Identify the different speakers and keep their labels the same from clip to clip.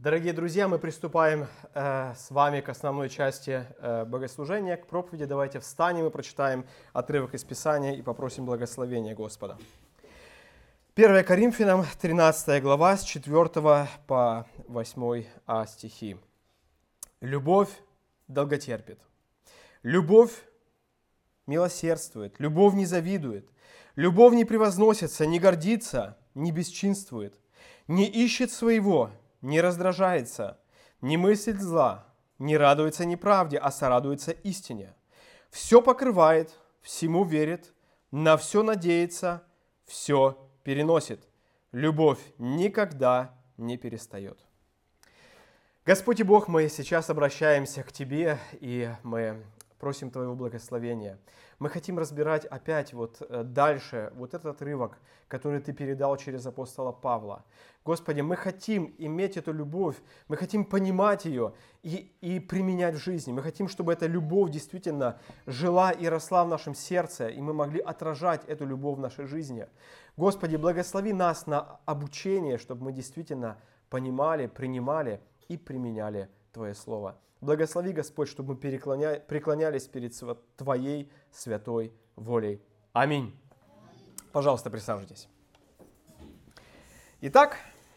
Speaker 1: Дорогие друзья, мы приступаем с вами к основной части богослужения, к проповеди. Давайте встанем и прочитаем отрывок из Писания и попросим благословения Господа. 1 Коринфянам, 13 глава, с 4 по 8 стихи. «Любовь долготерпит, любовь милосердствует, любовь не завидует, любовь не превозносится, не гордится, не бесчинствует, не ищет своего, не раздражается, не мыслит зла, не радуется неправде, а сорадуется истине. Все покрывает, всему верит, на все надеется, все переносит. Любовь никогда не перестает». Господь и Бог, мы сейчас обращаемся к Тебе, и мы просим Твоего благословения. Мы хотим разбирать опять дальше этот отрывок, который Ты передал через апостола Павла. Господи, мы хотим иметь эту любовь, мы хотим понимать ее и применять в жизни. Мы хотим, чтобы эта любовь действительно жила и росла в нашем сердце, и мы могли отражать эту любовь в нашей жизни. Господи, благослови нас на обучение, чтобы мы действительно понимали, принимали и применяли Твое Слово. Благослови, Господь, чтобы мы преклонялись перед Твоей святой волей. Аминь. Пожалуйста, присаживайтесь. Итак,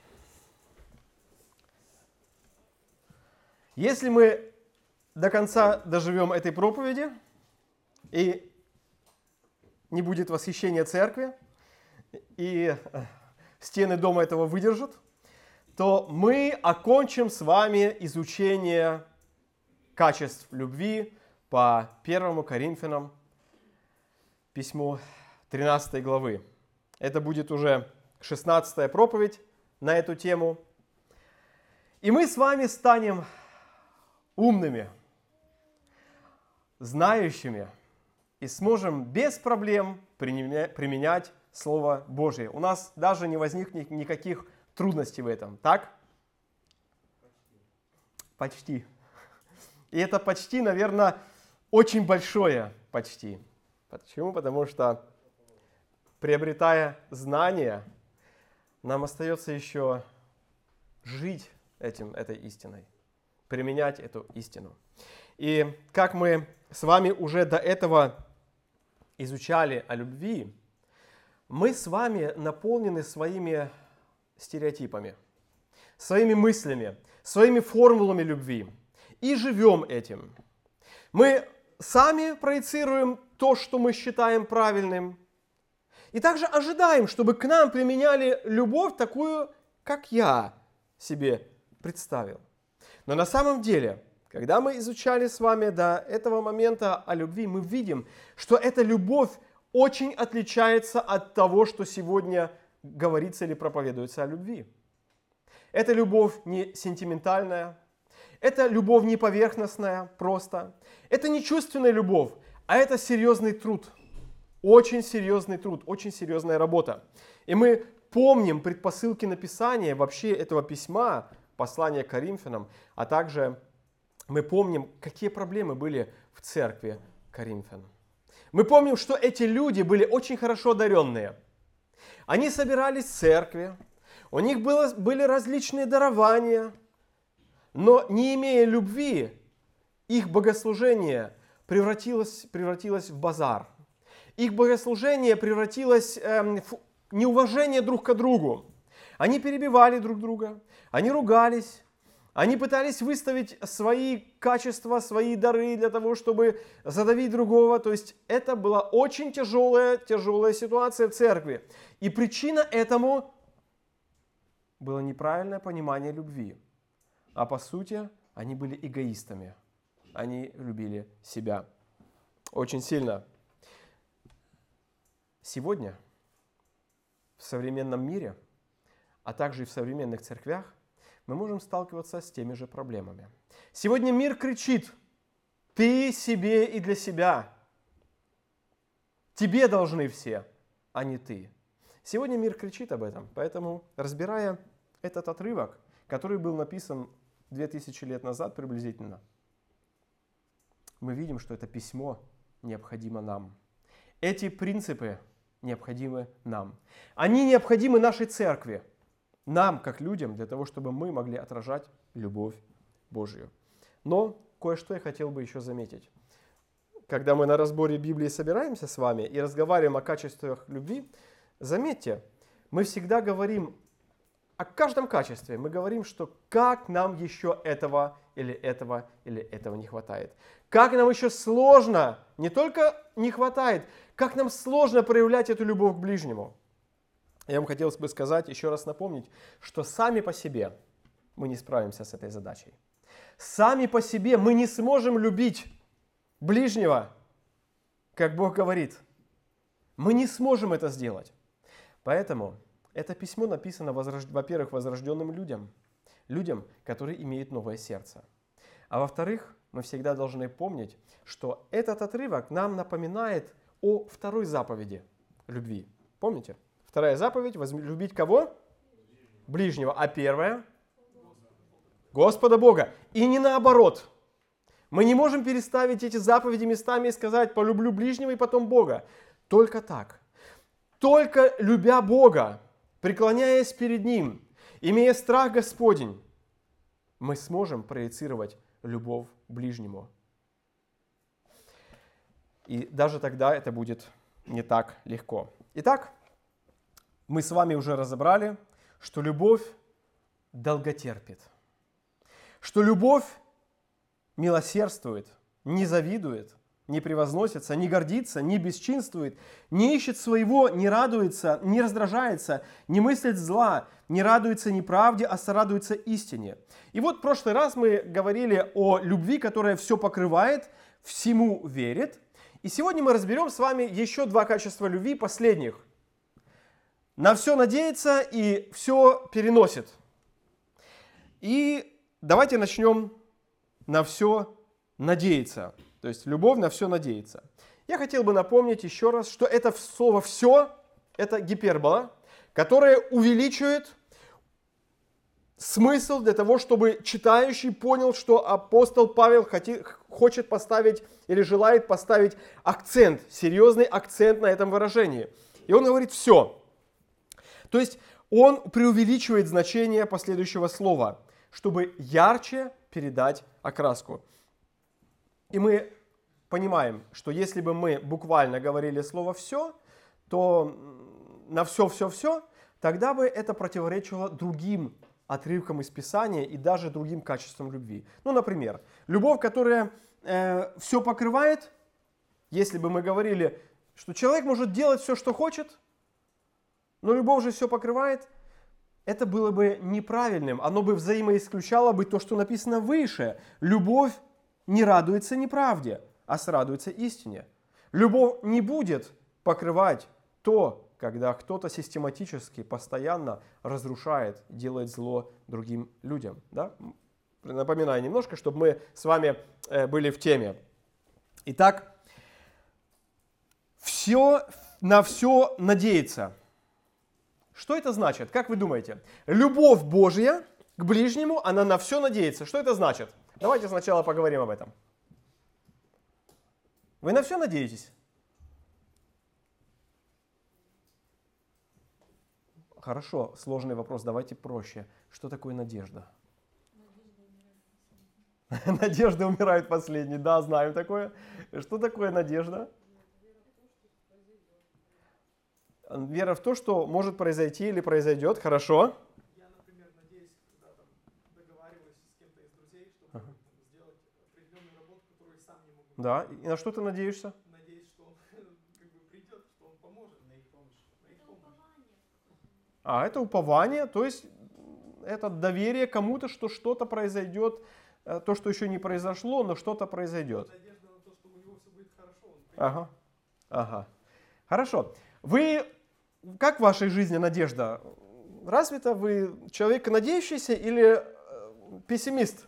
Speaker 1: если мы до конца доживем этой проповеди, и не будет восхищения церкви, и стены дома этого выдержат, то мы окончим с вами изучение качеств любви по 1 Коринфянам, письму 13 главы. Это будет уже 16-я проповедь на эту тему. И мы с вами станем умными, знающими и сможем без проблем применять Слово Божие. У нас даже не возникнет никаких трудностей в этом, так? Почти. И это почти, наверное, очень большое почти. Почему? Потому что, приобретая знания, нам остается еще жить этой истиной, применять эту истину. И как мы с вами уже до этого изучали о любви, мы с вами наполнены своими стереотипами, своими мыслями, своими формулами любви. И живем этим. Мы сами проецируем то, что мы считаем правильным. И также ожидаем, чтобы к нам применяли любовь такую, как я себе представил. Но на самом деле, когда мы изучали с вами до этого момента о любви, мы видим, что эта любовь очень отличается от того, что сегодня говорится или проповедуется о любви. Эта любовь не сентиментальная, это любовь не поверхностная просто, это не чувственная любовь, а это серьезный труд, очень серьезная работа. И мы помним предпосылки написания вообще этого письма, послания к Коринфянам, а также мы помним, какие проблемы были в церкви Коринфян. Мы помним, что эти люди были очень хорошо одаренные. Они собирались в церкви, у них были различные дарования, но не имея любви, их богослужение превратилось в базар. Их богослужение превратилось в неуважение друг к другу. Они перебивали друг друга, они ругались, они пытались выставить свои качества, свои дары для того, чтобы задавить другого. То есть это была очень тяжелая ситуация в церкви. И причина этому было неправильное понимание любви. А по сути, они были эгоистами. Они любили себя очень сильно. Сегодня в современном мире, а также и в современных церквях, мы можем сталкиваться с теми же проблемами. Сегодня мир кричит: ты себе и для себя. Тебе должны все, а не ты. Сегодня мир кричит об этом. Поэтому, разбирая этот отрывок, который был написан 2000 лет назад приблизительно, мы видим, что это письмо необходимо нам. Эти принципы необходимы нам. Они необходимы нашей церкви, нам, как людям, для того, чтобы мы могли отражать любовь Божью. Но кое-что я хотел бы еще заметить. Когда мы на разборе Библии собираемся с вами и разговариваем о качествах любви, заметьте, мы всегда говорим о каждом качестве. Мы говорим, что как нам еще этого или этого или этого не хватает. Как нам еще сложно, не только не хватает, как нам сложно проявлять эту любовь к ближнему. Я вам хотел бы сказать, еще раз напомнить, что сами по себе мы не справимся с этой задачей. Сами по себе мы не сможем любить ближнего, как Бог говорит. Мы не сможем это сделать. Поэтому это письмо написано, во-первых, возрожденным людям, которые имеют новое сердце. А во-вторых, мы всегда должны помнить, что этот отрывок нам напоминает о второй заповеди любви. Помните? Вторая заповедь – любить кого? Ближнего. А первая? Господа Бога. И не наоборот. Мы не можем переставить эти заповеди местами и сказать «полюблю ближнего» и потом Бога. Только так. Только любя Бога, преклоняясь перед Ним, имея страх Господень, мы сможем проецировать любовь к ближнему. И даже тогда это будет не так легко. Итак, мы с вами уже разобрали, что любовь долготерпит, что любовь милосердствует, не завидует, не превозносится, не гордится, не бесчинствует, не ищет своего, не радуется, не раздражается, не мыслит зла, не радуется неправде, а сорадуется истине. И вот в прошлый раз мы говорили о любви, которая все покрывает, всему верит. И сегодня мы разберем с вами еще два качества любви, последних. На все надеется и все переносит. И давайте начнем на все надеяться. То есть любовь на все надеется. Я хотел бы напомнить еще раз, что это слово «все» – это гипербола, которая увеличивает смысл для того, чтобы читающий понял, что апостол Павел хочет поставить или желает поставить акцент, серьезный акцент на этом выражении. И он говорит «все». То есть он преувеличивает значение последующего слова, чтобы ярче передать окраску. И мы понимаем, что если бы мы буквально говорили слово «все», то на все, тогда бы это противоречило другим отрывкам из Писания и даже другим качествам любви. Ну, например, любовь, которая все покрывает, если бы мы говорили, что человек может делать все, что хочет, но любовь же все покрывает, это было бы неправильным. Оно бы взаимоисключало бы то, что написано выше. Любовь не радуется неправде, а срадуется истине. Любовь не будет покрывать то, когда кто-то систематически, постоянно разрушает, делает зло другим людям. Да? Напоминаю немножко, чтобы мы с вами были в теме. Итак, на все надеяться. Что это значит? Как вы думаете? Любовь Божья к ближнему, она на все надеется. Что это значит? Давайте сначала поговорим об этом. Вы на все надеетесь? Хорошо, сложный вопрос, давайте проще. Что такое надежда? Надежда умирает последней. Да, знаем такое. Что такое надежда? Вера в то, что может произойти или произойдет. Хорошо.
Speaker 2: Я, например, надеюсь, когда там договариваюсь с кем-то из друзей, чтобы сделать определенную работу, которую сам не могу.
Speaker 1: Да, и на что ты надеешься?
Speaker 2: Надеюсь, что он придет, что он поможет на их помощь.
Speaker 1: Это упование, то есть это доверие кому-то, что что-то произойдет, то, что еще не произошло, но что-то произойдет.
Speaker 2: Надежда на то, что у него все будет хорошо, он придет.
Speaker 1: Ага. Хорошо. Как в вашей жизни надежда? Развита? Вы человек надеющийся или пессимист?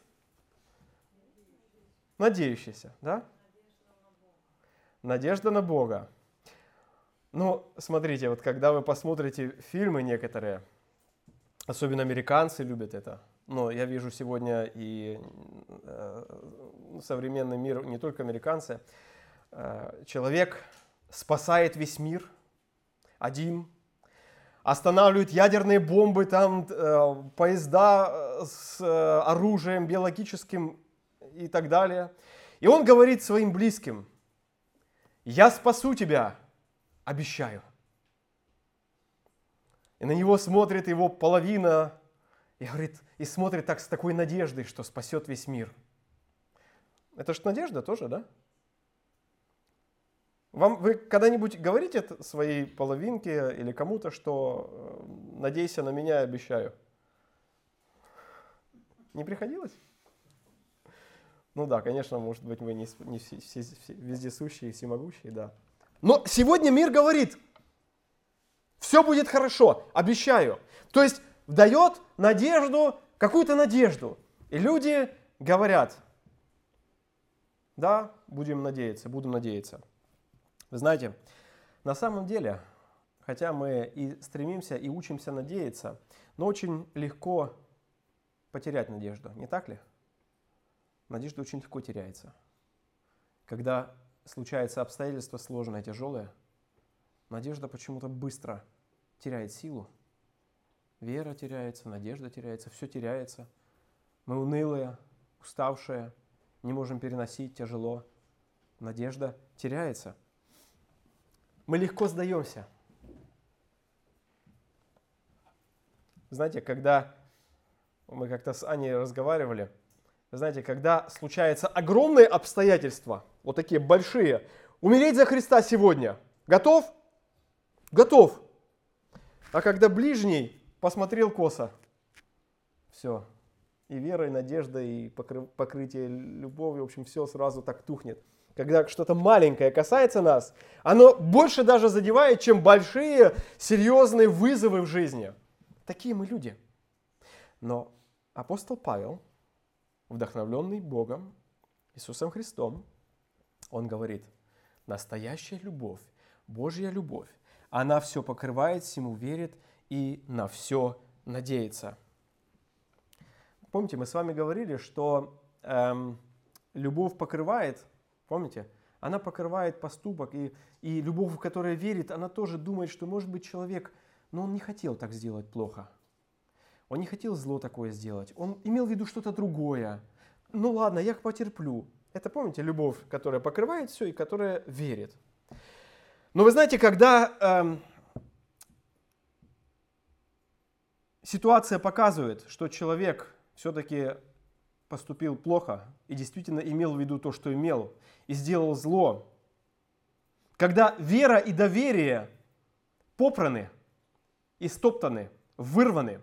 Speaker 1: Надеющийся, да? Надежда на Бога. Ну, смотрите, вот когда вы посмотрите фильмы некоторые, особенно американцы любят это, но я вижу сегодня и современный мир, не только американцы, человек спасает весь мир один, останавливает ядерные бомбы, там поезда с оружием биологическим и так далее. И он говорит своим близким: «Я спасу тебя, обещаю». И на него смотрит его половина и говорит, и смотрит так с такой надеждой, что спасет весь мир. Это ж надежда тоже, да? Вы когда-нибудь говорите это своей половинке или кому-то, что «надейся на меня, обещаю»? Не приходилось? Ну да, конечно, может быть, мы не вездесущие, всемогущие, да. Но сегодня мир говорит: все будет хорошо, обещаю. То есть дает надежду, какую-то надежду. И люди говорят: да, будем надеяться, буду надеяться. Вы знаете, на самом деле, хотя мы и стремимся, и учимся надеяться, но очень легко потерять надежду, не так ли? Надежда очень легко теряется. Когда случается обстоятельство сложное, тяжелое, надежда почему-то быстро теряет силу. Вера теряется, надежда теряется, все теряется. Мы унылые, уставшие, не можем переносить, тяжело. Надежда теряется. Мы легко сдаемся. Знаете, когда мы как-то с Аней разговаривали, знаете, когда случаются огромные обстоятельства, вот такие большие, умереть за Христа сегодня, готов? Готов. А когда ближний посмотрел косо, все, и вера, и надежда, и покрытие любовью, в общем, все сразу так тухнет. Когда что-то маленькое касается нас, оно больше даже задевает, чем большие, серьезные вызовы в жизни. Такие мы люди. Но апостол Павел, вдохновленный Богом, Иисусом Христом, он говорит: настоящая любовь, Божья любовь, она все покрывает, всему верит и на все надеется. Помните, мы с вами говорили, что любовь покрывает, помните, она покрывает поступок, и любовь, которая верит, она тоже думает, что, может быть, человек, но он не хотел так сделать плохо. Он не хотел зло такое сделать. Он имел в виду что-то другое. Ну ладно, я потерплю. Это, помните, любовь, которая покрывает все и которая верит. Но вы знаете, когда ситуация показывает, что человек все-таки поступил плохо и действительно имел в виду то, что имел, и сделал зло, когда вера и доверие попраны, истоптаны, вырваны,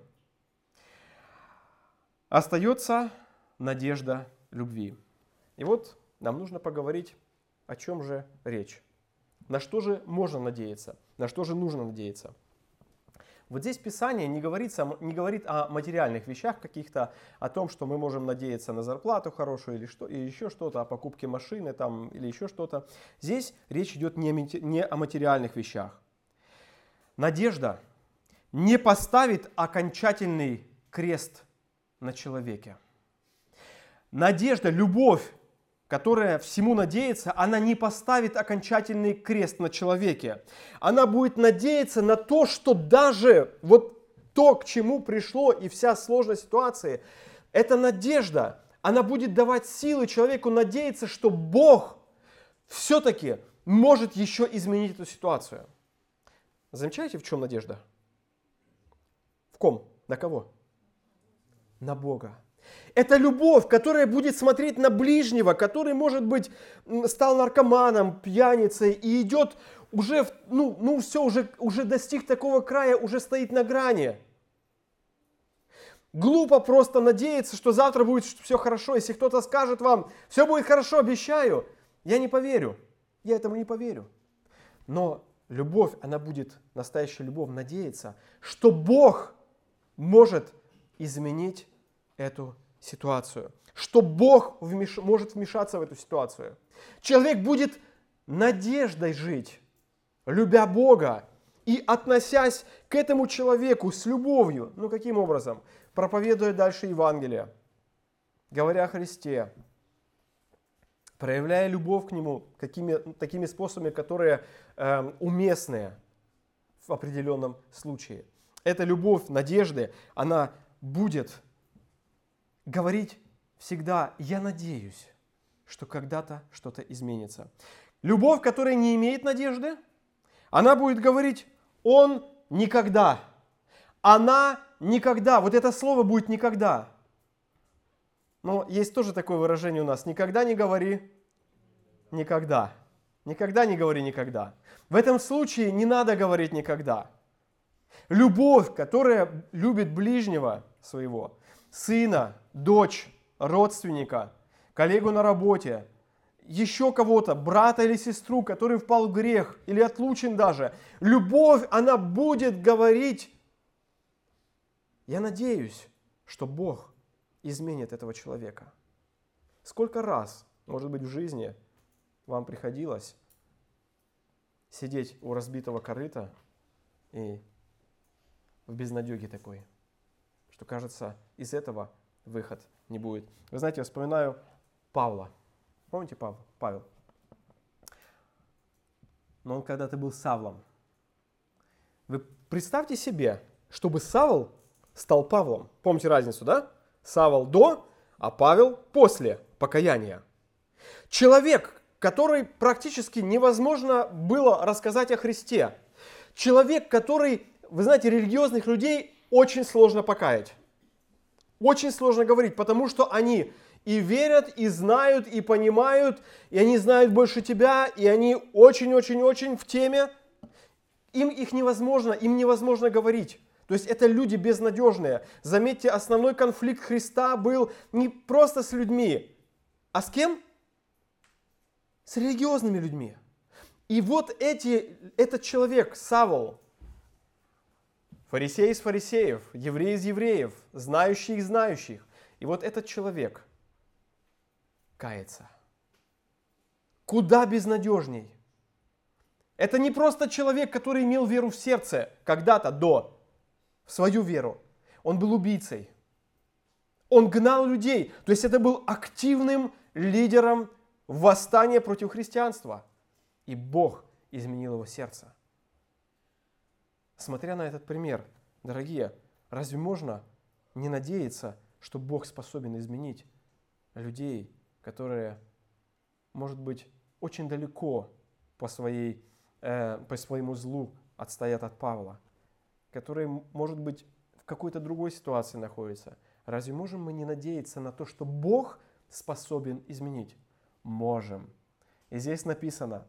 Speaker 1: остается надежда любви. И вот нам нужно поговорить, о чем же речь. На что же можно надеяться? На что же нужно надеяться? Вот здесь Писание не говорит о материальных вещах каких-то, о том, что мы можем надеяться на зарплату хорошую или еще что-то, о покупке машины там, или еще что-то. Здесь речь идет не о материальных вещах. Надежда не поставит окончательный крест на человеке. Надежда, любовь, которая всему надеется, она не поставит окончательный крест на человеке. Она будет надеяться на то, что даже вот то, к чему пришло и вся сложность ситуации, эта надежда, она будет давать силы человеку надеяться, что Бог все-таки может еще изменить эту ситуацию. Замечаете, в чем надежда? В ком? На кого? На Бога. Это любовь, которая будет смотреть на ближнего, который, может быть, стал наркоманом, пьяницей и идет уже, уже достиг такого края, уже стоит на грани. Глупо просто надеяться, что завтра будет все хорошо. Если кто-то скажет вам, все будет хорошо, обещаю, я не поверю. Я этому не поверю. Но любовь, она будет, настоящая любовь, надеяться, что Бог может изменить эту ситуацию, что Бог может вмешаться в эту ситуацию. Человек будет надеждой жить, любя Бога и относясь к этому человеку с любовью. Ну, каким образом? Проповедуя дальше Евангелие, говоря о Христе, проявляя любовь к Нему такими способами, которые уместные в определенном случае. Эта любовь надежды, она будет говорить всегда: я надеюсь, что когда-то что-то изменится. Любовь, которая не имеет надежды, она будет говорить: он никогда. Она никогда. Вот это слово будет никогда. Но есть тоже такое выражение у нас: никогда не говори никогда. Никогда не говори никогда. В этом случае не надо говорить никогда. Любовь, которая любит ближнего своего, сына, дочь, родственника, коллегу на работе, еще кого-то, брата или сестру, который впал в грех или отлучен даже. Любовь, она будет говорить: я надеюсь, что Бог изменит этого человека. Сколько раз, может быть, в жизни вам приходилось сидеть у разбитого корыта и в безнадеге такой, что, кажется, из этого выход не будет. Вы знаете, я вспоминаю Павла. Помните Павел? Но он когда-то был Савлом. Вы представьте себе, чтобы Савл стал Павлом. Помните разницу, да? Савл до, а Павел после покаяния. Человек, который практически невозможно было рассказать о Христе. Человек, который, вы знаете, религиозных людей очень сложно покаять. Очень сложно говорить, потому что они и верят, и знают, и понимают, и они знают больше тебя, и они очень-очень-очень в теме. Им невозможно говорить. То есть это люди безнадежные. Заметьте, основной конфликт Христа был не просто с людьми, а с кем? С религиозными людьми. И вот этот человек, Савл, фарисей из фарисеев, еврей из евреев, знающий из знающих. И вот этот человек кается. Куда безнадежней. Это не просто человек, который имел веру в сердце когда-то в свою веру. Он был убийцей. Он гнал людей. То есть это был активным лидером восстания против христианства. И Бог изменил его сердце. Смотря на этот пример, дорогие, разве можно не надеяться, что Бог способен изменить людей, которые, может быть, очень далеко по своему злу отстоят от Павла, которые, может быть, в какой-то другой ситуации находятся? Разве можем мы не надеяться на то, что Бог способен изменить? Можем. И здесь написано: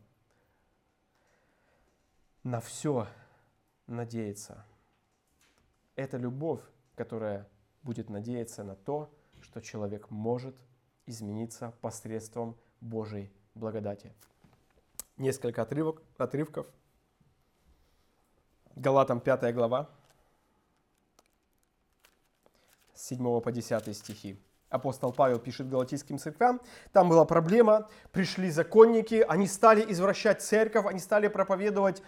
Speaker 1: на все надеяться. Это любовь, которая будет надеяться на то, что человек может измениться посредством Божьей благодати. Несколько отрывков. Галатам 5 глава, с 7 по 10 стихи. Апостол Павел пишет галатийским церквям. Там была проблема, пришли законники, они стали извращать церковь, они стали проповедовать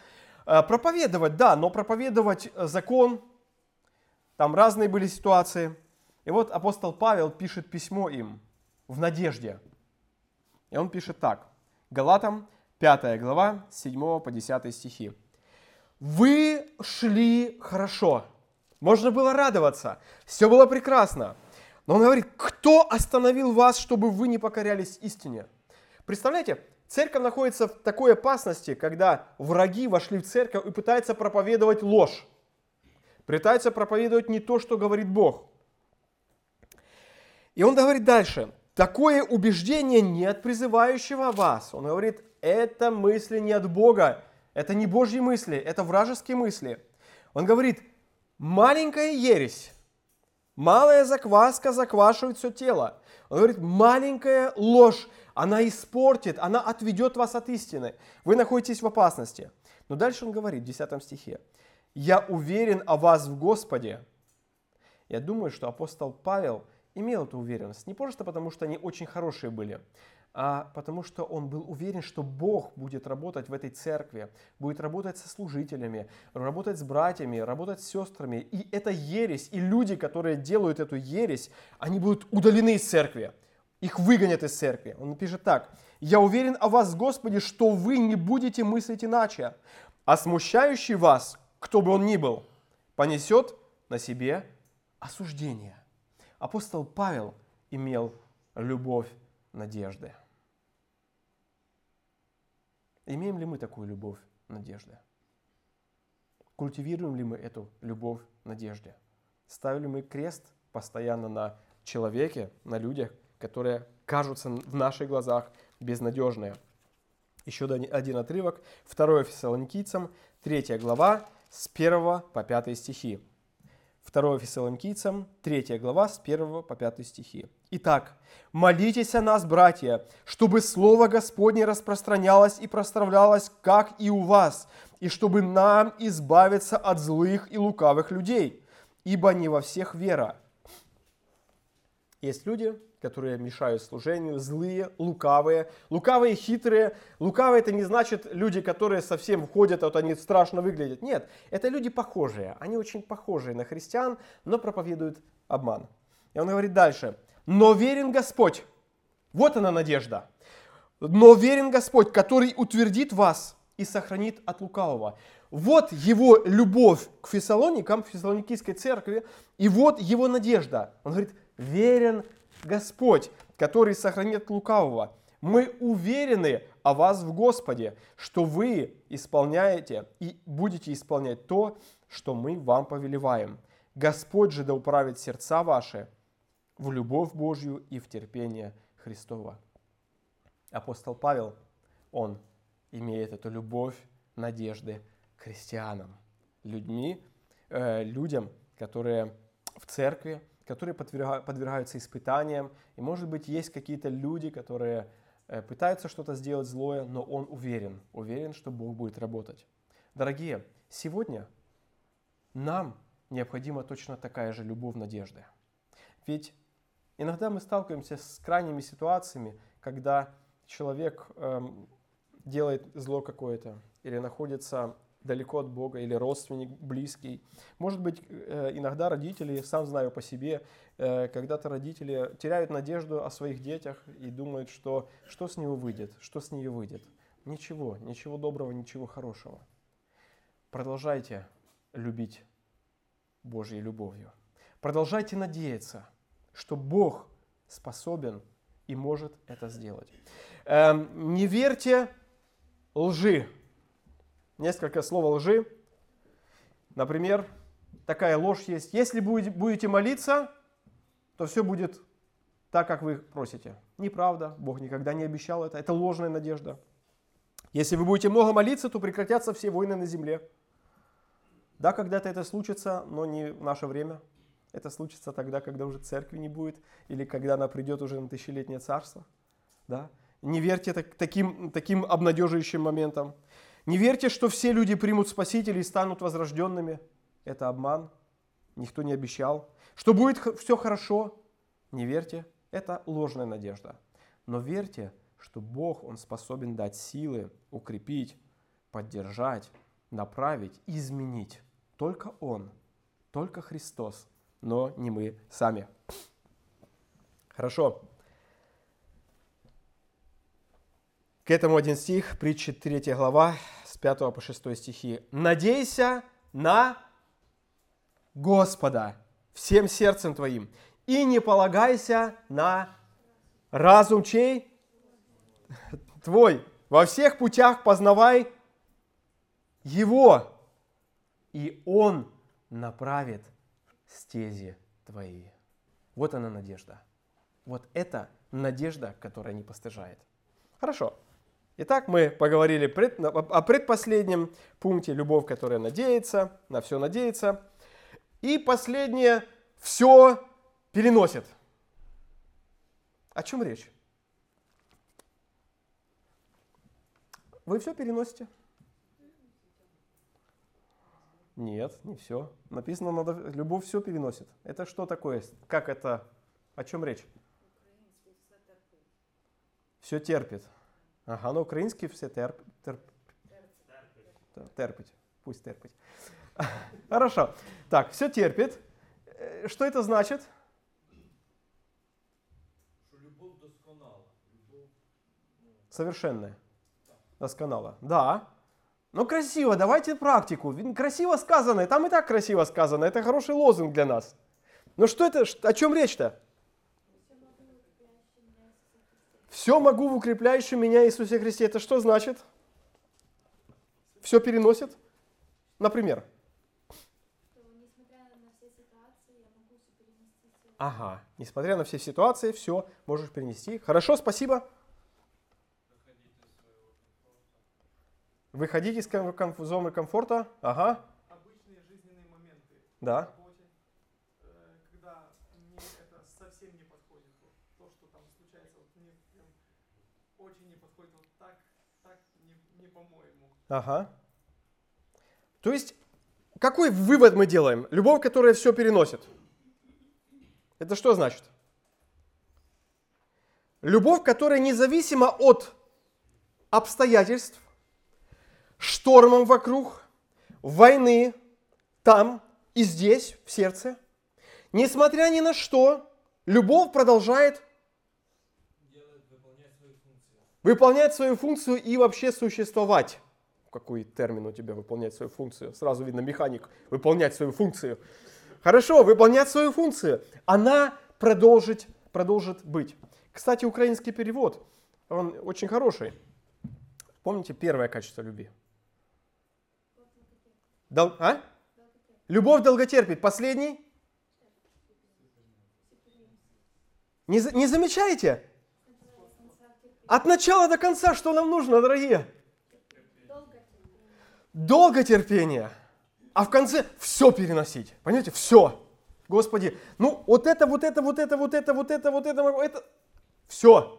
Speaker 1: закон. Там разные были ситуации. И вот апостол Павел пишет письмо им в надежде. И он пишет так. Галатам 5 глава, с 7 по 10 стихи. Вы шли хорошо. Можно было радоваться. Все было прекрасно. Но он говорит: кто остановил вас, чтобы вы не покорялись истине? Представляете, церковь находится в такой опасности, когда враги вошли в церковь и пытаются проповедовать ложь. Пытаются проповедовать не то, что говорит Бог. И он говорит дальше: такое убеждение не от призывающего вас. Он говорит: это мысли не от Бога, это не Божьи мысли, это вражеские мысли. Он говорит: маленькая ересь, малая закваска заквашивает все тело. Он говорит: маленькая ложь, она испортит, она отведет вас от истины. Вы находитесь в опасности. Но дальше он говорит в 10 стихе: я уверен о вас в Господе. Я думаю, что апостол Павел имел эту уверенность. Не просто потому, что они очень хорошие были, а потому что он был уверен, что Бог будет работать в этой церкви, будет работать со служителями, работать с братьями, работать с сестрами. И эта ересь, и люди, которые делают эту ересь, они будут удалены из церкви. Их выгонят из церкви. Он пишет так: «Я уверен о вас, Господи, что вы не будете мыслить иначе, а смущающий вас кто бы он ни был, понесет на себе осуждение. Апостол Павел имел любовь надежды. Имеем ли мы такую любовь надежды? Культивируем ли мы эту любовь надежды? Ставим ли мы крест постоянно на человеке, на людях, которые кажутся в наших глазах безнадежные? Еще один отрывок. 2 Фессалоникийцам, 3 глава, с 1 по 5 стихи. 2 Фессалоникийцам, 3 глава, с 1 по 5 стихи. «Итак, молитесь о нас, братья, чтобы Слово Господне распространялось и прославлялось, как и у вас, и чтобы нам избавиться от злых и лукавых людей, ибо не во всех вера». Есть люди, которые мешают служению, злые, лукавые. Лукавые, хитрые. Лукавые — это не значит люди, которые совсем входят, вот они страшно выглядят. Нет, это люди похожие. Они очень похожие на христиан, но проповедуют обман. И он говорит дальше. «Но верен Господь». Вот она надежда. «Но верен Господь, который утвердит вас и сохранит от лукавого». Вот его любовь к фессалоникам, к фессалоникийской церкви, и вот его надежда. Он говорит, верен Господь, который сохранит лукавого. Мы уверены о вас в Господе, что вы исполняете и будете исполнять то, что мы вам повелеваем. Господь же да управит сердца ваши в любовь Божью и в терпение Христово. Апостол Павел, он имеет эту любовь надежды к христианам, людям, которые в церкви, которые подвергаются испытаниям. И, может быть, есть какие-то люди, которые пытаются что-то сделать злое, но он уверен, что Бог будет работать. Дорогие, сегодня нам необходима точно такая же любовь надежды. Ведь иногда мы сталкиваемся с крайними ситуациями, когда человек делает зло какое-то или находится далеко от Бога, или родственник близкий. Может быть, иногда родители, сам знаю по себе, когда-то родители теряют надежду о своих детях и думают, что с него выйдет, что с нее выйдет. Ничего доброго, ничего хорошего. Продолжайте любить Божьей любовью. Продолжайте надеяться, что Бог способен и может это сделать. Не верьте лжи. Несколько слов лжи. Например, такая ложь есть. Если будете молиться, то все будет так, как вы просите. Неправда. Бог никогда не обещал это. Это ложная надежда. Если вы будете много молиться, то прекратятся все войны на земле. Да, когда-то это случится, но не в наше время. Это случится тогда, когда уже церкви не будет, или когда она придет уже на тысячелетнее царство. Да? Не верьте таким обнадеживающим моментам. Не верьте, что все люди примут Спасителя и станут возрожденными. Это обман. Никто не обещал. Что будет все хорошо. Не верьте. Это ложная надежда. Но верьте, что Бог, Он способен дать силы, укрепить, поддержать, направить, изменить. Только Он, только Христос, но не мы сами. Хорошо. К этому один стих, притча 3 глава, с 5 по 6 стихи. «Надейся на Господа всем сердцем твоим, и не полагайся на разум чей? Твой. Во всех путях познавай Его, и Он направит стези твои». Вот она надежда. Вот это надежда, которая не постыжает. Хорошо. Итак, мы поговорили о предпоследнем пункте — любовь, которая надеется, на все надеется. И последнее — все переносит. О чем речь? Вы все переносите? Нет, не все. Написано, любовь все переносит. Это что такое? Как это? О чем речь? Все терпит. Ага, на українській все терпить. Пусть терпить. Хорошо. Так, все терпит. Что это значит?
Speaker 3: Что любовь досконала.
Speaker 1: Совершенная. Досконала. Да. Ну красиво, давайте практику. Красиво сказано, и там и так красиво сказано. Это хороший лозунг для нас. Но что это, о чем речь-то? Все могу в укрепляющем меня Иисусе Христе. Это что значит? Все переносит? Например? Ага, несмотря на все ситуации, все можешь перенести. Хорошо, спасибо. Выходить из зоны комфорта. Ага.
Speaker 2: Обычные жизненные моменты.
Speaker 1: Да.
Speaker 2: Когда мне это совсем не подходит. Вот то, что там случается, вот мне прям очень не подходит. Вот так не по-моему.
Speaker 1: Ага. То есть, какой вывод мы делаем? Любовь, которая все переносит. Это что значит? Любовь, которая независима от обстоятельств, штормом вокруг, войны там и здесь, в сердце. Несмотря ни на что, любовь продолжает выполнять свою функцию и вообще существовать. Какой термин у тебя выполнять свою функцию? Сразу видно механик. Выполнять свою функцию. Хорошо, выполнять свою функцию. Она продолжит быть. Кстати, украинский перевод, он очень хороший. Помните первое качество любви? Любовь долготерпит. Последний? Не замечаете? От начала до конца что нам нужно, дорогие? Долготерпение. А в конце все переносить. Понимаете? Все. Господи, ну вот это. Все.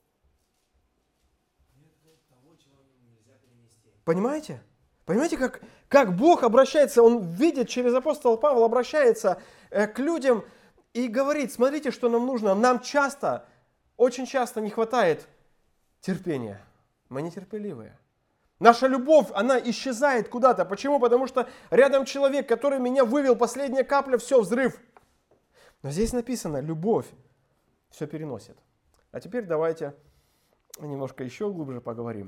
Speaker 1: Понимаете? Понимаете, как Бог обращается, Он видит через апостола Павла, обращается к людям и говорит, смотрите, что нам нужно. Нам очень часто не хватает терпения. Мы нетерпеливые. Наша любовь, она исчезает куда-то. Почему? Потому что рядом человек, который меня вывел, последняя капля, все, взрыв. Но здесь написано, любовь все переносит. А теперь давайте немножко еще глубже поговорим.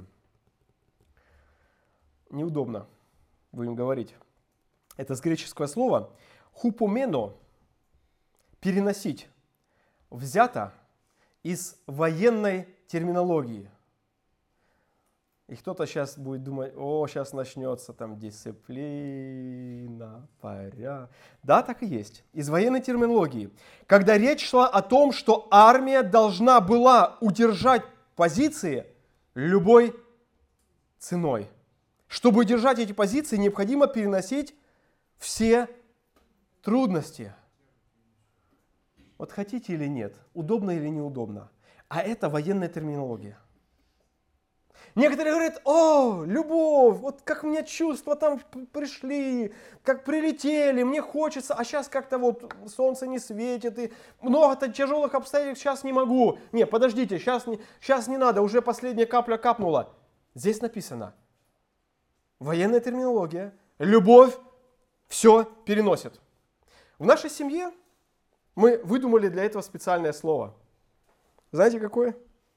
Speaker 1: Неудобно будем говорить. Это с греческого слова «хупомено» – переносить, взято из военной терминологии. И кто-то сейчас будет думать, сейчас начнется там дисциплина, порядок. Да, так и есть. Из военной терминологии. Когда речь шла о том, что армия должна была удержать позиции любой ценой. Чтобы удержать эти позиции, необходимо переносить все трудности. Вот хотите или нет, удобно или неудобно. А это военная терминология. Некоторые говорят, любовь, вот как у меня чувства там пришли, как прилетели, мне хочется, а сейчас как-то вот солнце не светит, и много-то тяжелых обстоятельств, сейчас не могу. Не, подождите, сейчас не надо, уже последняя капля капнула. Здесь написано, военная терминология, любовь все переносит. В нашей семье мы выдумали для этого специальное слово. Знаете, какое?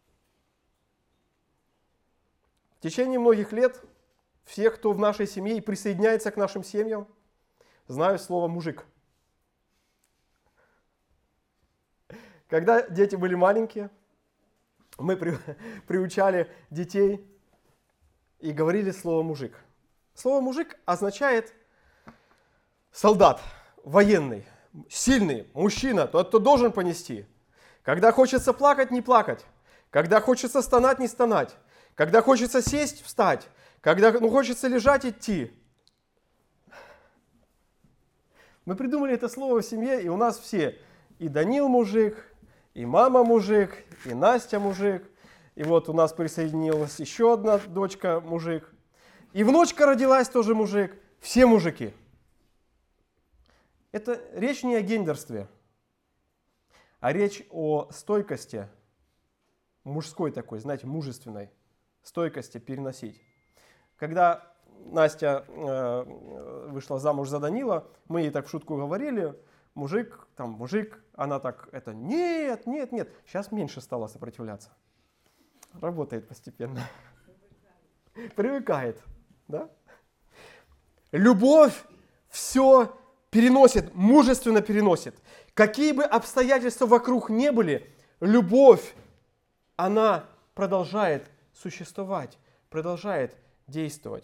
Speaker 1: В течение многих лет все, кто в нашей семье и присоединяется к нашим семьям, знают слово «мужик». Когда дети были маленькие, мы приучали детей и говорили слово «мужик». Слово «мужик» означает солдат, военный, сильный, мужчина, тот, кто должен понести. Когда хочется плакать, не плакать. Когда хочется стонать, не стонать. Когда хочется сесть, встать. Когда хочется лежать, идти. Мы придумали это слово в семье, и у нас все. И Данил мужик, и мама мужик, и Настя мужик. И вот у нас присоединилась еще одна дочка мужик. И внучка родилась тоже мужик. Все мужики. Это речь не о гендерстве, а речь о стойкости, мужской такой, знаете, мужественной стойкости переносить. Когда Настя вышла замуж за Данила, мы ей так в шутку говорили, мужик, она так, нет. Сейчас меньше стала сопротивляться. Работает постепенно. Привыкает, да? Любовь все переносит, мужественно переносит. Какие бы обстоятельства вокруг не были, любовь, она продолжает существовать, продолжает действовать.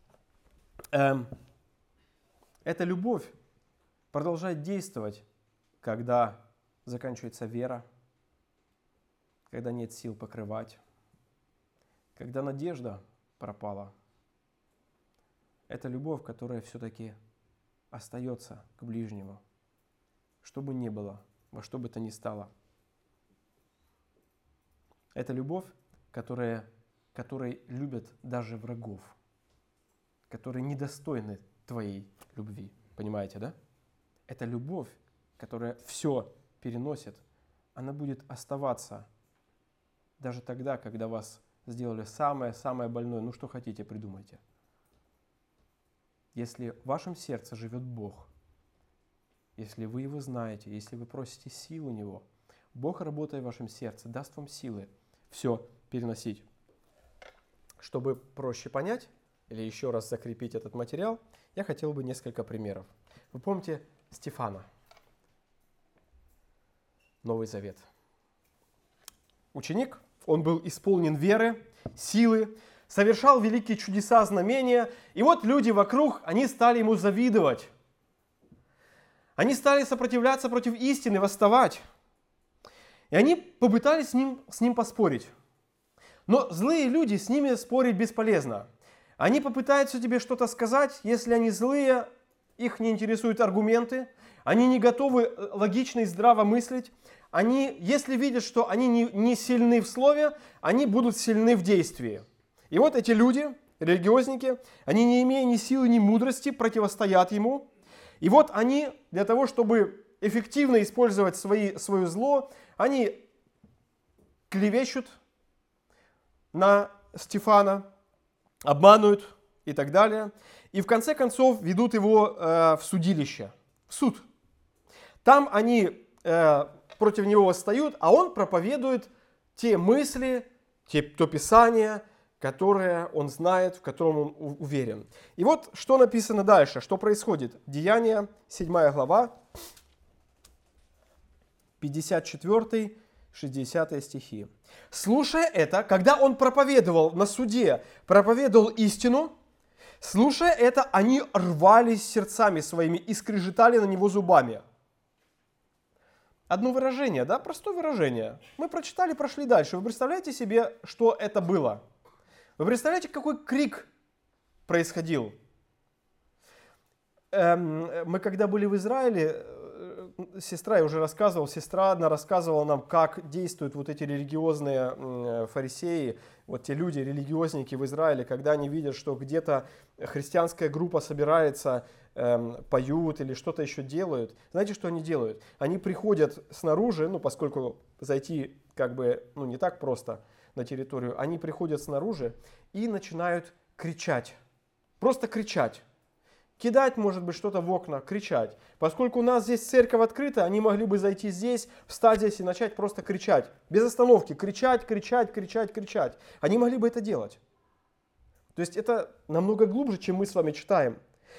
Speaker 1: Эта любовь продолжает действовать, когда заканчивается вера, когда нет сил покрывать, когда надежда пропала. Это любовь, которая все-таки остается к ближнему, что бы ни было, во что бы то ни стало. Это любовь, которой любят даже врагов, которые недостойны твоей любви. Понимаете, да? Это любовь, которая все переносит, она будет оставаться даже тогда, когда вас сделали самое-самое больное. Ну, что хотите, придумайте. Если в вашем сердце живет Бог, если вы Его знаете, если вы просите сил у Него, Бог, работая в вашем сердце, даст вам силы все переносить. Чтобы проще понять или еще раз закрепить этот материал, я хотел бы несколько примеров. Вы помните Стефана, Новый Завет. Ученик, он был исполнен веры, силы, совершал великие чудеса, знамения. И вот люди вокруг, они стали ему завидовать. Они стали сопротивляться против истины, восставать. И они попытались с ним поспорить. Но злые люди, с ними спорить бесполезно. Они попытаются тебе что-то сказать, если они злые, их не интересуют аргументы, они не готовы логично и здраво мыслить. Они, если видят, что они не сильны в слове, они будут сильны в действии. И вот эти люди, религиозники, они, не имея ни силы, ни мудрости, противостоят ему. И вот они, для того, чтобы эффективно использовать свое зло, они клевещут на Стефана, обманывают и так далее. И в конце концов ведут его в судилище, в суд. Там они против него восстают, а он проповедует те мысли, то Писание, которое он знает, в котором он уверен. И вот что написано дальше, что происходит. Деяния, 7 глава, 54-60 стихи. Слушая это, когда он проповедовал на суде, проповедовал истину, слушая это, они рвались сердцами своими и скрежетали на него зубами. Одно выражение, да, простое выражение. Мы прочитали, прошли дальше. Вы представляете себе, что это было? Вы представляете, какой крик происходил? Мы когда были в Израиле, сестра, я уже рассказывал, сестра одна рассказывала нам, как действуют вот эти религиозные фарисеи, вот те люди, религиозники в Израиле, когда они видят, что где-то христианская группа собирается, поют или что-то еще делают. Знаете, что они делают? Они приходят снаружи, поскольку зайти не так просто на территорию, они приходят снаружи и начинают кричать. Просто кричать. Кидать, может быть, что-то в окна, кричать. Поскольку у нас здесь церковь открыта, они могли бы зайти здесь, встать здесь и начать просто кричать. Без остановки. Кричать, кричать, кричать, кричать. Они могли бы это делать. То есть это намного глубже, чем мы с вами читаем.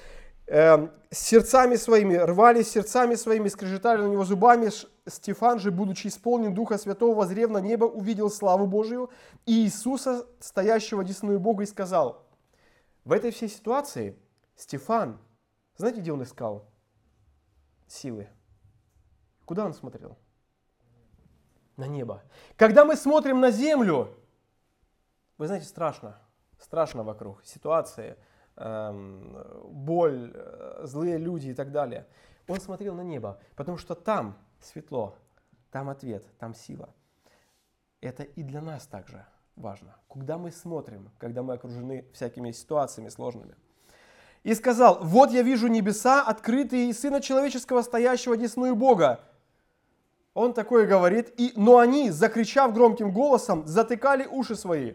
Speaker 1: Сердцами своими, рвались сердцами своими, скрежетали на него зубами. Стефан же, будучи исполнен Духа Святого, воззрев на небо, увидел славу Божию и Иисуса, стоящего одесную Бога, и сказал. В этой всей ситуации Стефан, знаете, где он искал силы? Куда он смотрел? На небо. Когда мы смотрим на землю, вы знаете, страшно. Страшно вокруг. Ситуации, боль, злые люди и так далее. Он смотрел на небо, потому что там светло, там ответ, там сила. Это и для нас также важно. Куда мы смотрим, когда мы окружены всякими ситуациями сложными. И сказал, вот я вижу небеса открытые и Сына Человеческого, стоящего одесную Бога. Он такое говорит, но они, закричав громким голосом, затыкали уши свои.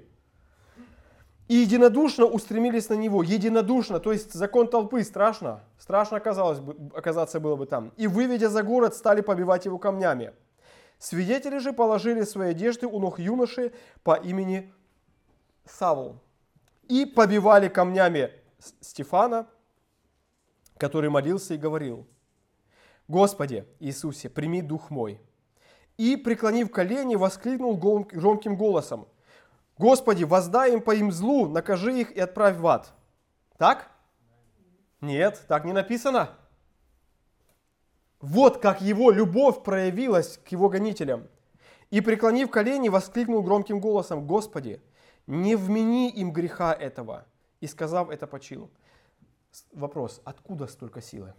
Speaker 1: И единодушно устремились на него. Единодушно, то есть закон толпы, страшно. Страшно оказаться было бы там. И, выведя за город, стали побивать его камнями. Свидетели же положили свои одежды у ног юноши по имени Савл. И побивали камнями Стефана который молился и говорил: «Господи Иисусе, прими дух мой». И, преклонив колени, воскликнул громким голосом: «Господи, воздай им по им злу, накажи их и отправь в ад». Так? Нет, так не написано. Вот как его любовь проявилась к его гонителям. И, преклонив колени, воскликнул громким голосом: «Господи, не вмени им греха этого». И, сказав это, почил. Вопрос: откуда столько силы?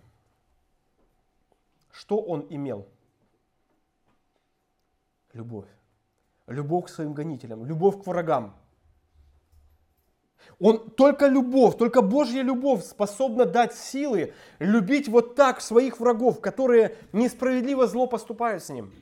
Speaker 1: Что он имел? Любовь. Любовь к своим гонителям, любовь к врагам. Только любовь, только Божья любовь способна дать силы любить вот так своих врагов, которые несправедливо зло поступают с ним.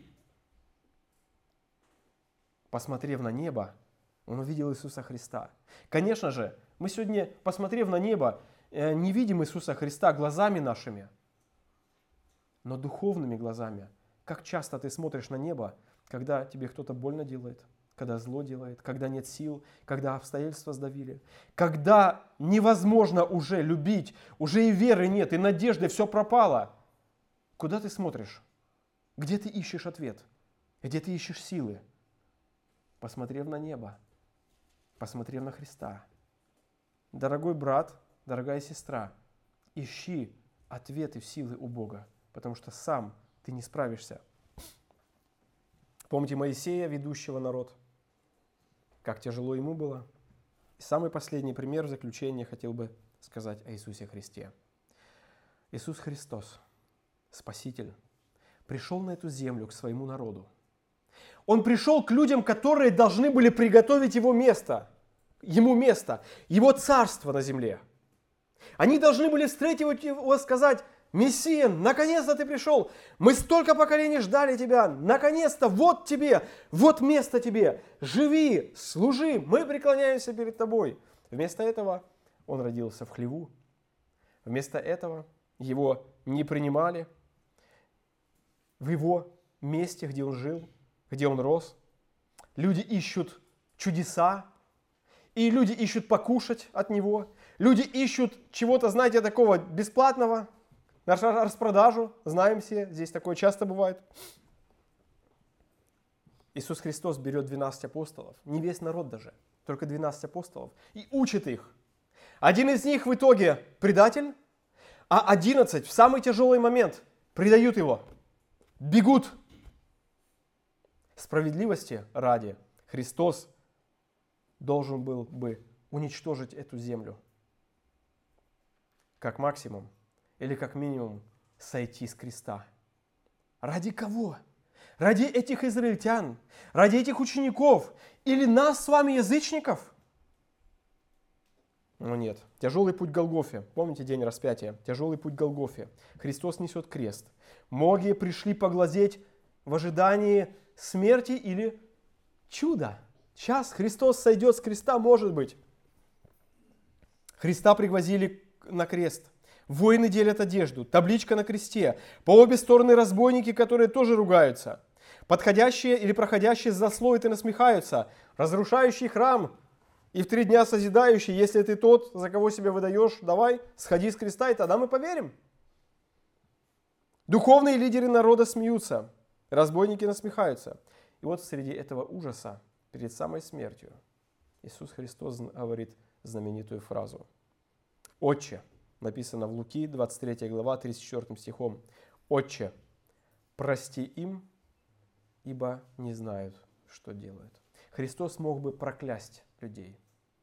Speaker 1: Посмотрев на небо, он увидел Иисуса Христа. Конечно же, мы сегодня, посмотрев на небо, не видим Иисуса Христа глазами нашими, но духовными глазами. Как часто ты смотришь на небо, когда тебе кто-то больно делает, когда зло делает, когда нет сил, когда обстоятельства сдавили, когда невозможно уже любить, уже и веры нет, и надежды, все пропало. Куда ты смотришь? Где ты ищешь ответ? Где ты ищешь силы? Посмотрев на небо, посмотрев на Христа. Дорогой брат, дорогая сестра, ищи ответы в силы у Бога, потому что сам ты не справишься. Помните Моисея, ведущего народ? Как тяжело ему было. И самый последний пример в заключение хотел бы сказать о Иисусе Христе. Иисус Христос, Спаситель, пришел на эту землю к своему народу. Он пришел к людям, которые должны были приготовить ему место, его царство на земле. Они должны были встретить его, сказать: «Мессия, наконец-то ты пришел! Мы столько поколений ждали тебя! Наконец-то! Вот тебе! Вот место тебе! Живи! Служи! Мы преклоняемся перед тобой!» Вместо этого он родился в хлеву. Вместо этого его не принимали в его месте, где он жил, где он рос. Люди ищут чудеса, и люди ищут покушать от него. Люди ищут чего-то, знаете, такого бесплатного, на распродажу, знаем все, здесь такое часто бывает. Иисус Христос берет 12 апостолов, не весь народ даже, только 12 апостолов, и учит их. Один из них в итоге предатель, а 11 в самый тяжелый момент предают его, бегут. Справедливости ради Христос должен был бы уничтожить эту землю, как максимум, или как минимум сойти с креста. Ради кого? Ради этих израильтян, ради этих учеников или нас с вами, язычников? Но нет. Тяжелый путь к Голгофе. Помните день распятия? Тяжелый путь к Голгофе. Христос несет крест. Многие пришли поглазеть в ожидании смерти или чуда. Сейчас Христос сойдет с креста, может быть. Христа пригвоздили на крест. Воины делят одежду, табличка на кресте. По обе стороны разбойники, которые тоже ругаются. Подходящие или проходящие злословят и насмехаются. Разрушающий храм и в 3 дня созидающий: если ты тот, за кого себя выдаешь, давай, сходи с креста, и тогда мы поверим. Духовные лидеры народа смеются, разбойники насмехаются. И вот среди этого ужаса, перед самой смертью, Иисус Христос говорит знаменитую фразу: «Отче», написано в Луки, 23 глава, 34 стихом: «Отче, прости им, ибо не знают, что делают». Христос мог бы проклясть людей.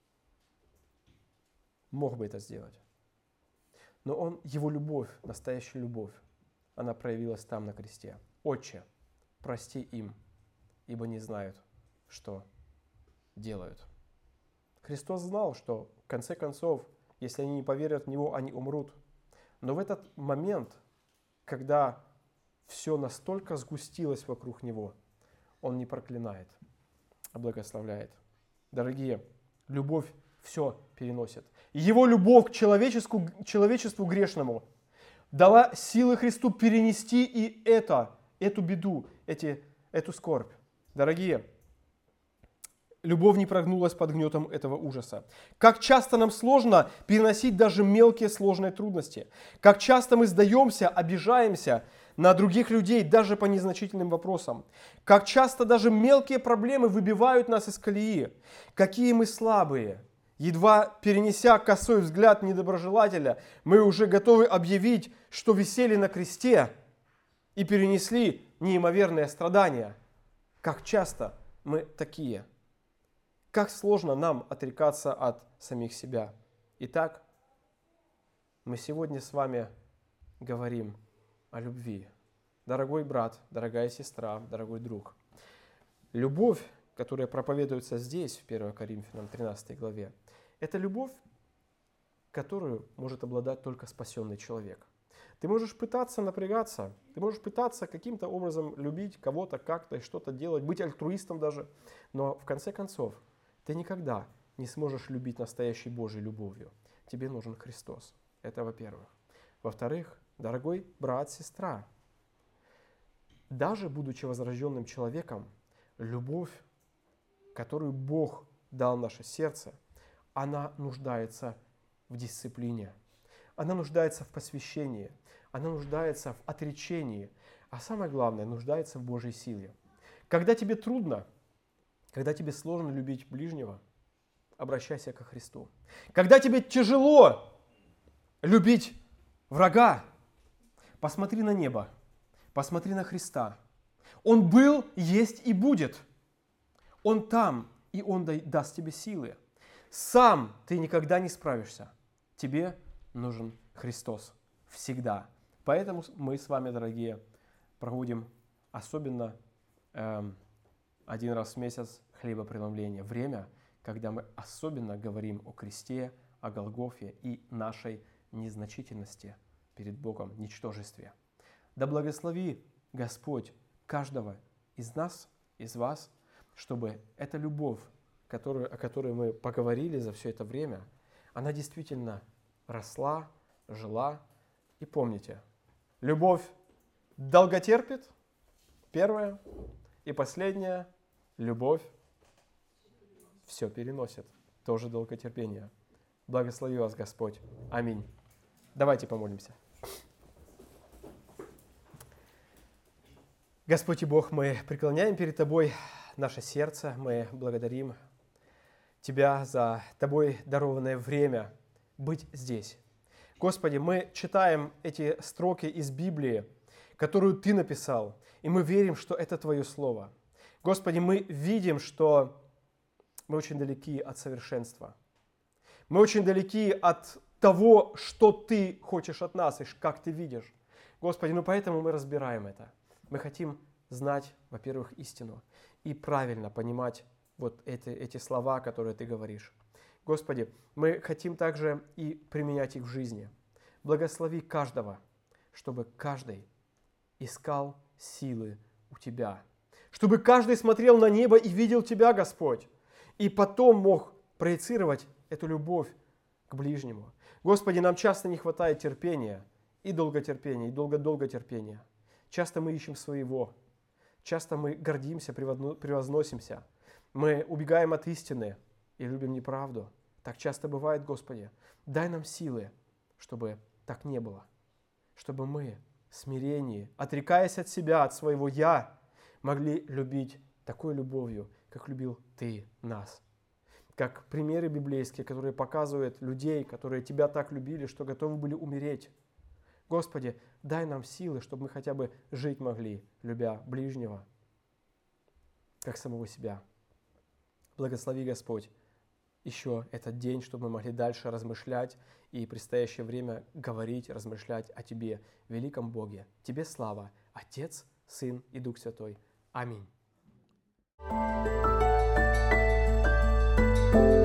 Speaker 1: Мог бы это сделать. Но его любовь, настоящая любовь, она проявилась там на кресте. «Отче, прости им, ибо не знают, что делают». Христос знал, что в конце концов, если они не поверят в Него, они умрут. Но в этот момент, когда все настолько сгустилось вокруг Него, Он не проклинает, а благословляет. Дорогие, любовь все переносит. Его любовь к человечеству грешному дала силы Христу перенести и эту беду, эту скорбь. Дорогие, любовь не прогнулась под гнетом этого ужаса. Как часто нам сложно переносить даже мелкие сложные трудности. Как часто мы сдаемся, обижаемся на других людей даже по незначительным вопросам. Как часто даже мелкие проблемы выбивают нас из колеи. Какие мы слабые. Едва перенеся косой взгляд недоброжелателя, мы уже готовы объявить, что висели на кресте и перенесли неимоверные страдания. Как часто мы такие. Как сложно нам отрекаться от самих себя. Итак, мы сегодня с вами говорим о любви. Дорогой брат, дорогая сестра, дорогой друг. Любовь, которая проповедуется здесь, в 1 Коринфянам 13 главе, это любовь, которую может обладать только спасенный человек. Ты можешь пытаться напрягаться, ты можешь пытаться каким-то образом любить кого-то, как-то, что-то делать, быть альтруистом даже, но в конце концов ты никогда не сможешь любить настоящей Божьей любовью. Тебе нужен Христос. Это во-первых. Во-вторых, дорогой брат, сестра, даже будучи возрожденным человеком, любовь, которую Бог дал в наше сердце, она нуждается в дисциплине, она нуждается в посвящении, она нуждается в отречении, а самое главное, нуждается в Божьей силе. Когда тебе трудно, когда тебе сложно любить ближнего, обращайся ко Христу. Когда тебе тяжело любить врага, посмотри на небо, посмотри на Христа. Он был, есть и будет. Он там, и Он даст тебе силы. Сам ты никогда не справишься. Тебе нужен Христос. Всегда. Поэтому мы с вами, дорогие, проводим особенно один раз в месяц хлебопреломление. Время, когда мы особенно говорим о кресте, о Голгофе и нашей незначительности перед Богом, ничтожестве. Да благослови Господь каждого из нас, из вас, чтобы эта любовь, о которой мы поговорили за все это время, она действительно росла, жила. И помните, любовь долготерпит, первое, и последнее, любовь все переносит, тоже долготерпение. Благослови вас Господь. Аминь. Давайте помолимся. Господь и Бог, мы преклоняем перед Тобой наше сердце, мы благодарим Тебя за Тобой дарованное время быть здесь. Господи, мы читаем эти строки из Библии, которую Ты написал, и мы верим, что это Твое Слово. Господи, мы видим, что мы очень далеки от совершенства. Мы очень далеки от того, что Ты хочешь от нас и как Ты видишь. Господи, поэтому мы разбираем это. Мы хотим знать, во-первых, истину и правильно понимать вот эти слова, которые Ты говоришь. Господи, мы хотим также и применять их в жизни. Благослови каждого, чтобы каждый искал силы у Тебя. Чтобы каждый смотрел на небо и видел Тебя, Господь. И потом мог проецировать эту любовь к ближнему. Господи, нам часто не хватает терпения и долготерпения, и долго-долготерпения. Часто мы ищем своего. Часто мы гордимся, превозносимся. Мы убегаем от истины и любим неправду. Так часто бывает, Господи. Дай нам силы, чтобы так не было. Чтобы мы в смирении, отрекаясь от себя, от своего «я», могли любить такой любовью, как любил Ты нас. Как примеры библейские, которые показывают людей, которые Тебя так любили, что готовы были умереть. Господи, дай нам силы, чтобы мы хотя бы жить могли, любя ближнего, как самого себя. Благослови, Господь, еще этот день, чтобы мы могли дальше размышлять и в предстоящее время говорить, размышлять о Тебе, великом Боге. Тебе слава, Отец, Сын и Дух Святой. Аминь.